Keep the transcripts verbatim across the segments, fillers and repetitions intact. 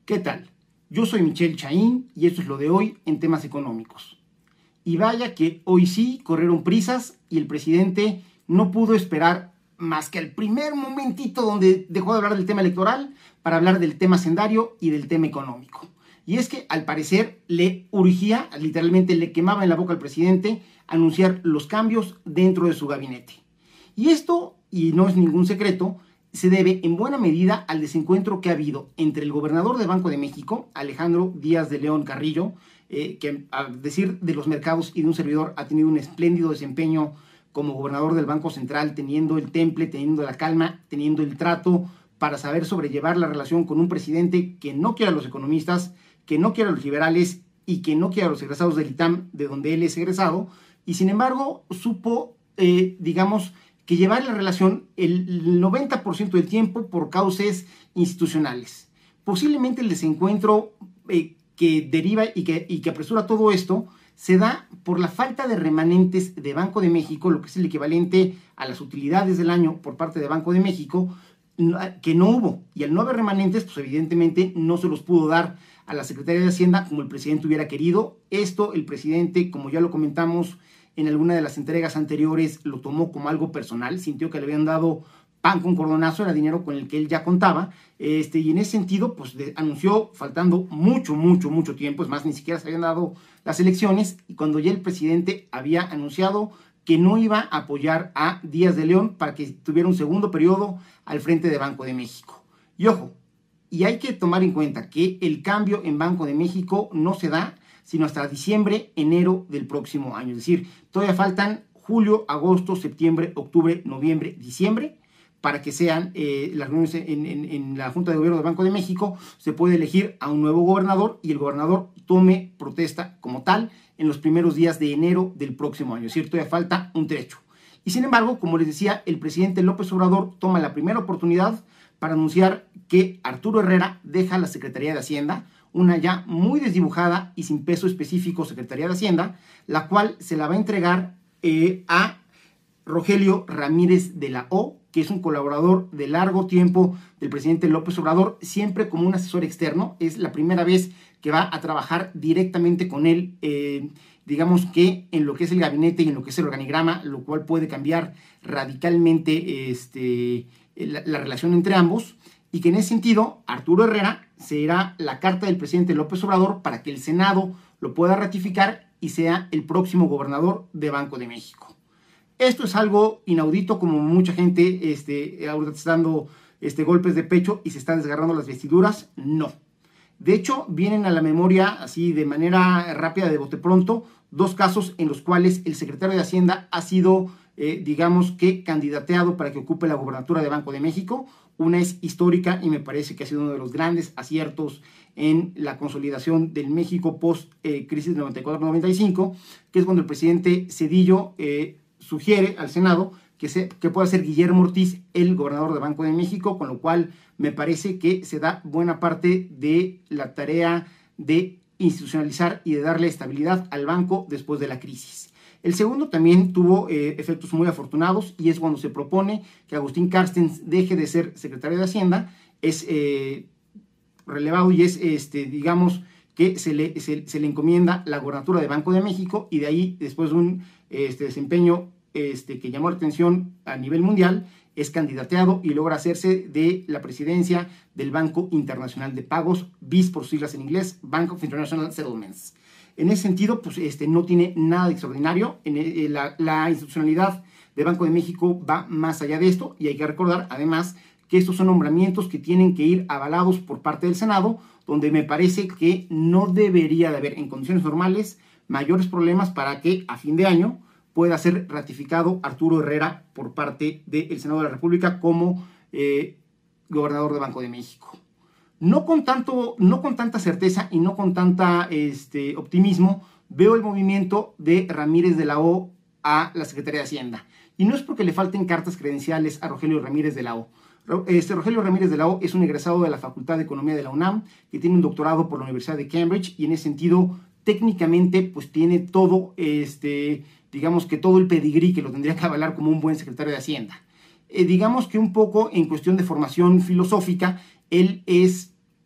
¿Qué tal? Yo soy Michel Chaín y esto es lo de hoy en temas económicos. Y vaya que hoy sí corrieron prisas y el presidente no pudo esperar más que el primer momentito donde dejó de hablar del tema electoral para hablar del tema hacendario y del tema económico. Y es que al parecer le urgía, literalmente le quemaba en la boca al presidente anunciar los cambios dentro de su gabinete. Y esto, y no es ningún secreto, se debe en buena medida al desencuentro que ha habido entre el gobernador del Banco de México, Alejandro Díaz de León Carrillo, eh, que a decir de los mercados y de un servidor ha tenido un espléndido desempeño como gobernador del Banco Central, teniendo el temple, teniendo la calma, teniendo el trato para saber sobrellevar la relación con un presidente que no quiere a los economistas, que no quiere a los liberales y que no quiere a los egresados del I T A M, de donde él es egresado, y sin embargo supo, eh, digamos, que llevar la relación el noventa por ciento del tiempo por causas institucionales. Posiblemente el desencuentro eh, que deriva y que, y que apresura todo esto se da por la falta de remanentes de Banco de México, lo que es el equivalente a las utilidades del año por parte de Banco de México, que no hubo. Y al no haber remanentes, pues evidentemente no se los pudo dar a la Secretaría de Hacienda como el presidente hubiera querido. Esto el presidente, como ya lo comentamos en alguna de las entregas anteriores, lo tomó como algo personal, sintió que le habían dado pan con cordonazo, era dinero con el que él ya contaba, este, y en ese sentido, pues de, anunció, faltando mucho, mucho, mucho tiempo, es más, ni siquiera se habían dado las elecciones, y cuando ya el presidente había anunciado que no iba a apoyar a Díaz de León para que tuviera un segundo periodo al frente de Banco de México. Y ojo, y hay que tomar en cuenta que el cambio en Banco de México no se da sino hasta diciembre, enero del próximo año. Es decir, todavía faltan julio, agosto, septiembre, octubre, noviembre, diciembre, para que sean eh, las reuniones en, en, en la Junta de Gobierno del Banco de México. Se puede elegir a un nuevo gobernador y el gobernador tome protesta como tal en los primeros días de enero del próximo año. Es decir, todavía falta un trecho. Y sin embargo, como les decía, el presidente López Obrador toma la primera oportunidad para anunciar que Arturo Herrera deja la Secretaría de Hacienda, una ya muy desdibujada y sin peso específico Secretaría de Hacienda, la cual se la va a entregar eh, a Rogelio Ramírez de la O, que es un colaborador de largo tiempo del presidente López Obrador, siempre como un asesor externo. Es la primera vez que va a trabajar directamente con él, eh, digamos que en lo que es el gabinete y en lo que es el organigrama, lo cual puede cambiar radicalmente este, la, la relación entre ambos. Y que en ese sentido, Arturo Herrera será la carta del presidente López Obrador para que el Senado lo pueda ratificar y sea el próximo gobernador de Banco de México. Esto es algo inaudito, como mucha gente este, ahorita está dando este, golpes de pecho y se están desgarrando las vestiduras. No. De hecho, vienen a la memoria, así de manera rápida, de bote pronto, dos casos en los cuales el secretario de Hacienda ha sido, eh, digamos que, candidateado para que ocupe la gobernatura de Banco de México. Una es histórica y me parece que ha sido uno de los grandes aciertos en la consolidación del México post-crisis eh, noventa y cuatro noventa y cinco, que es cuando el presidente Zedillo eh, sugiere al Senado que, se, que pueda ser Guillermo Ortiz el gobernador de Banco de México, con lo cual me parece que se da buena parte de la tarea de institucionalizar y de darle estabilidad al banco después de la crisis. El segundo también tuvo eh, efectos muy afortunados y es cuando se propone que Agustín Carstens deje de ser secretario de Hacienda, es eh, relevado y es, este, digamos, que se le, se, se le encomienda la gobernatura de Banco de México y de ahí, después de un este, desempeño este, que llamó la atención a nivel mundial, es candidateado y logra hacerse de la presidencia del Banco Internacional de Pagos, B I S por siglas en inglés, Bank of International Settlements. En ese sentido, pues este, no tiene nada de extraordinario. En el, la, la institucionalidad de Banco de México va más allá de esto y hay que recordar, además, que estos son nombramientos que tienen que ir avalados por parte del Senado, donde me parece que no debería de haber, en condiciones normales, mayores problemas para que a fin de año pueda ser ratificado Arturo Herrera por parte del Senado de la República como eh, gobernador de Banco de México. No con, tanto, no con tanta certeza y no con tanta este, optimismo veo el movimiento de Ramírez de la O a la Secretaría de Hacienda. Y no es porque le falten cartas credenciales a Rogelio Ramírez de la O. Este Rogelio Ramírez de la O es un egresado de la Facultad de Economía de la UNAM, que tiene un doctorado por la Universidad de Cambridge y en ese sentido técnicamente pues tiene todo, este, digamos que todo el pedigrí que lo tendría que avalar como un buen secretario de Hacienda. Eh, digamos que un poco en cuestión de formación filosófica, él es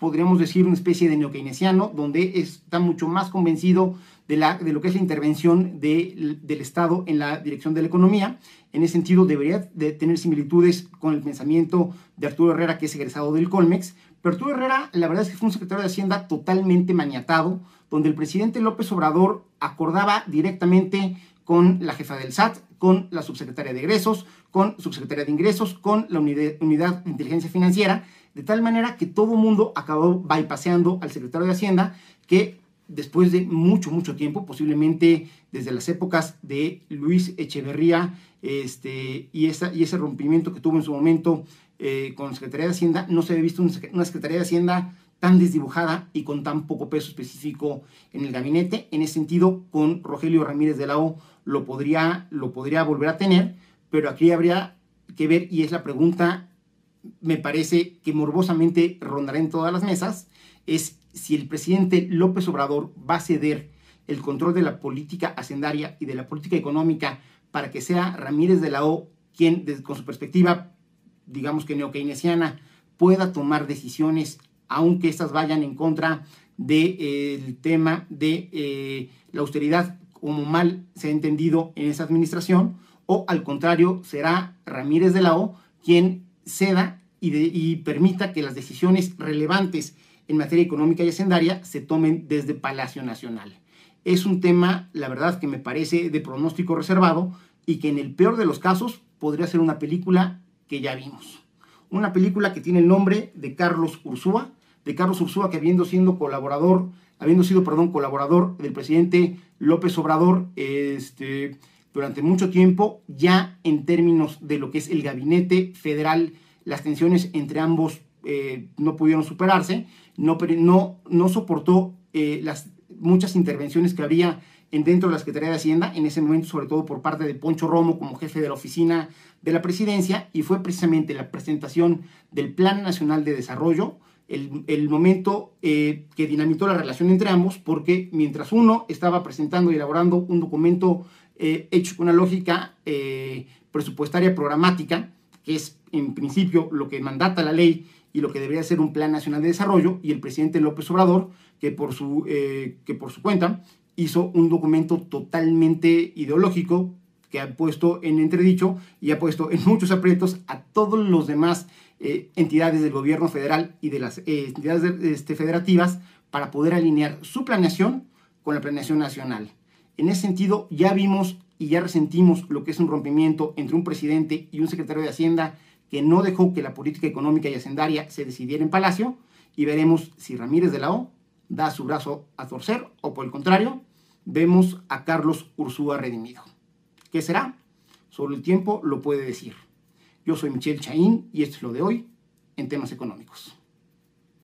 podríamos decir una especie de neokeynesiano, donde está mucho más convencido de, la, de lo que es la intervención de, del Estado en la dirección de la economía. En ese sentido, debería de tener similitudes con el pensamiento de Arturo Herrera, que es egresado del Colmex. Pero Arturo Herrera, la verdad es que fue un secretario de Hacienda totalmente maniatado, donde el presidente López Obrador acordaba directamente con la jefa del S A T, con la subsecretaria de Egresos, con subsecretaria de Ingresos, con la unidad, unidad de inteligencia financiera, de tal manera que todo el mundo acabó bypaseando al secretario de Hacienda, que después de mucho, mucho tiempo, posiblemente desde las épocas de Luis Echeverría, este, y, esa, y ese rompimiento que tuvo en su momento eh, con la Secretaría de Hacienda, no se había visto una Secretaría de Hacienda tan desdibujada y con tan poco peso específico en el gabinete. En ese sentido, con Rogelio Ramírez de la O lo podría, lo podría volver a tener, pero aquí habría que ver, y es la pregunta, me parece que morbosamente rondará en todas las mesas, es si el presidente López Obrador va a ceder el control de la política hacendaria y de la política económica para que sea Ramírez de la O quien, desde, con su perspectiva, digamos que neokeynesiana, pueda tomar decisiones, aunque estas vayan en contra del eh, tema de eh, la austeridad, como mal se ha entendido en esa administración, o al contrario, será Ramírez de la O quien ceda y, de, y permita que las decisiones relevantes en materia económica y hacendaria se tomen desde Palacio Nacional. Es un tema, la verdad, que me parece de pronóstico reservado y que en el peor de los casos podría ser una película que ya vimos. Una película que tiene el nombre de Carlos Ursúa, de Carlos Ursúa, que habiendo sido colaborador, habiendo sido, perdón, colaborador del presidente López Obrador este, durante mucho tiempo, ya en términos de lo que es el gabinete federal, las tensiones entre ambos eh, no pudieron superarse, no, no, no soportó eh, las muchas intervenciones que había en dentro de la Secretaría de Hacienda, en ese momento sobre todo por parte de Poncho Romo como jefe de la oficina de la presidencia, y fue precisamente la presentación del Plan Nacional de Desarrollo el, el momento eh, que dinamitó la relación entre ambos, porque mientras uno estaba presentando y elaborando un documento eh, hecho con una lógica eh, presupuestaria programática, que es en principio lo que mandata la ley y lo que debería ser un Plan Nacional de Desarrollo, y el presidente López Obrador, que por su, eh, que por su cuenta hizo un documento totalmente ideológico que ha puesto en entredicho y ha puesto en muchos aprietos a todos los demás eh, entidades del gobierno federal y de las eh, entidades de, este, federativas para poder alinear su planeación con la planeación nacional. En ese sentido, ya vimos y ya resentimos lo que es un rompimiento entre un presidente y un secretario de Hacienda que no dejó que la política económica y hacendaria se decidiera en Palacio, y veremos si Ramírez de la O da su brazo a torcer o, por el contrario, vemos a Carlos Ursúa redimido. ¿Qué será? Solo el tiempo lo puede decir. Yo soy Michel Chaín y esto es lo de hoy en temas económicos.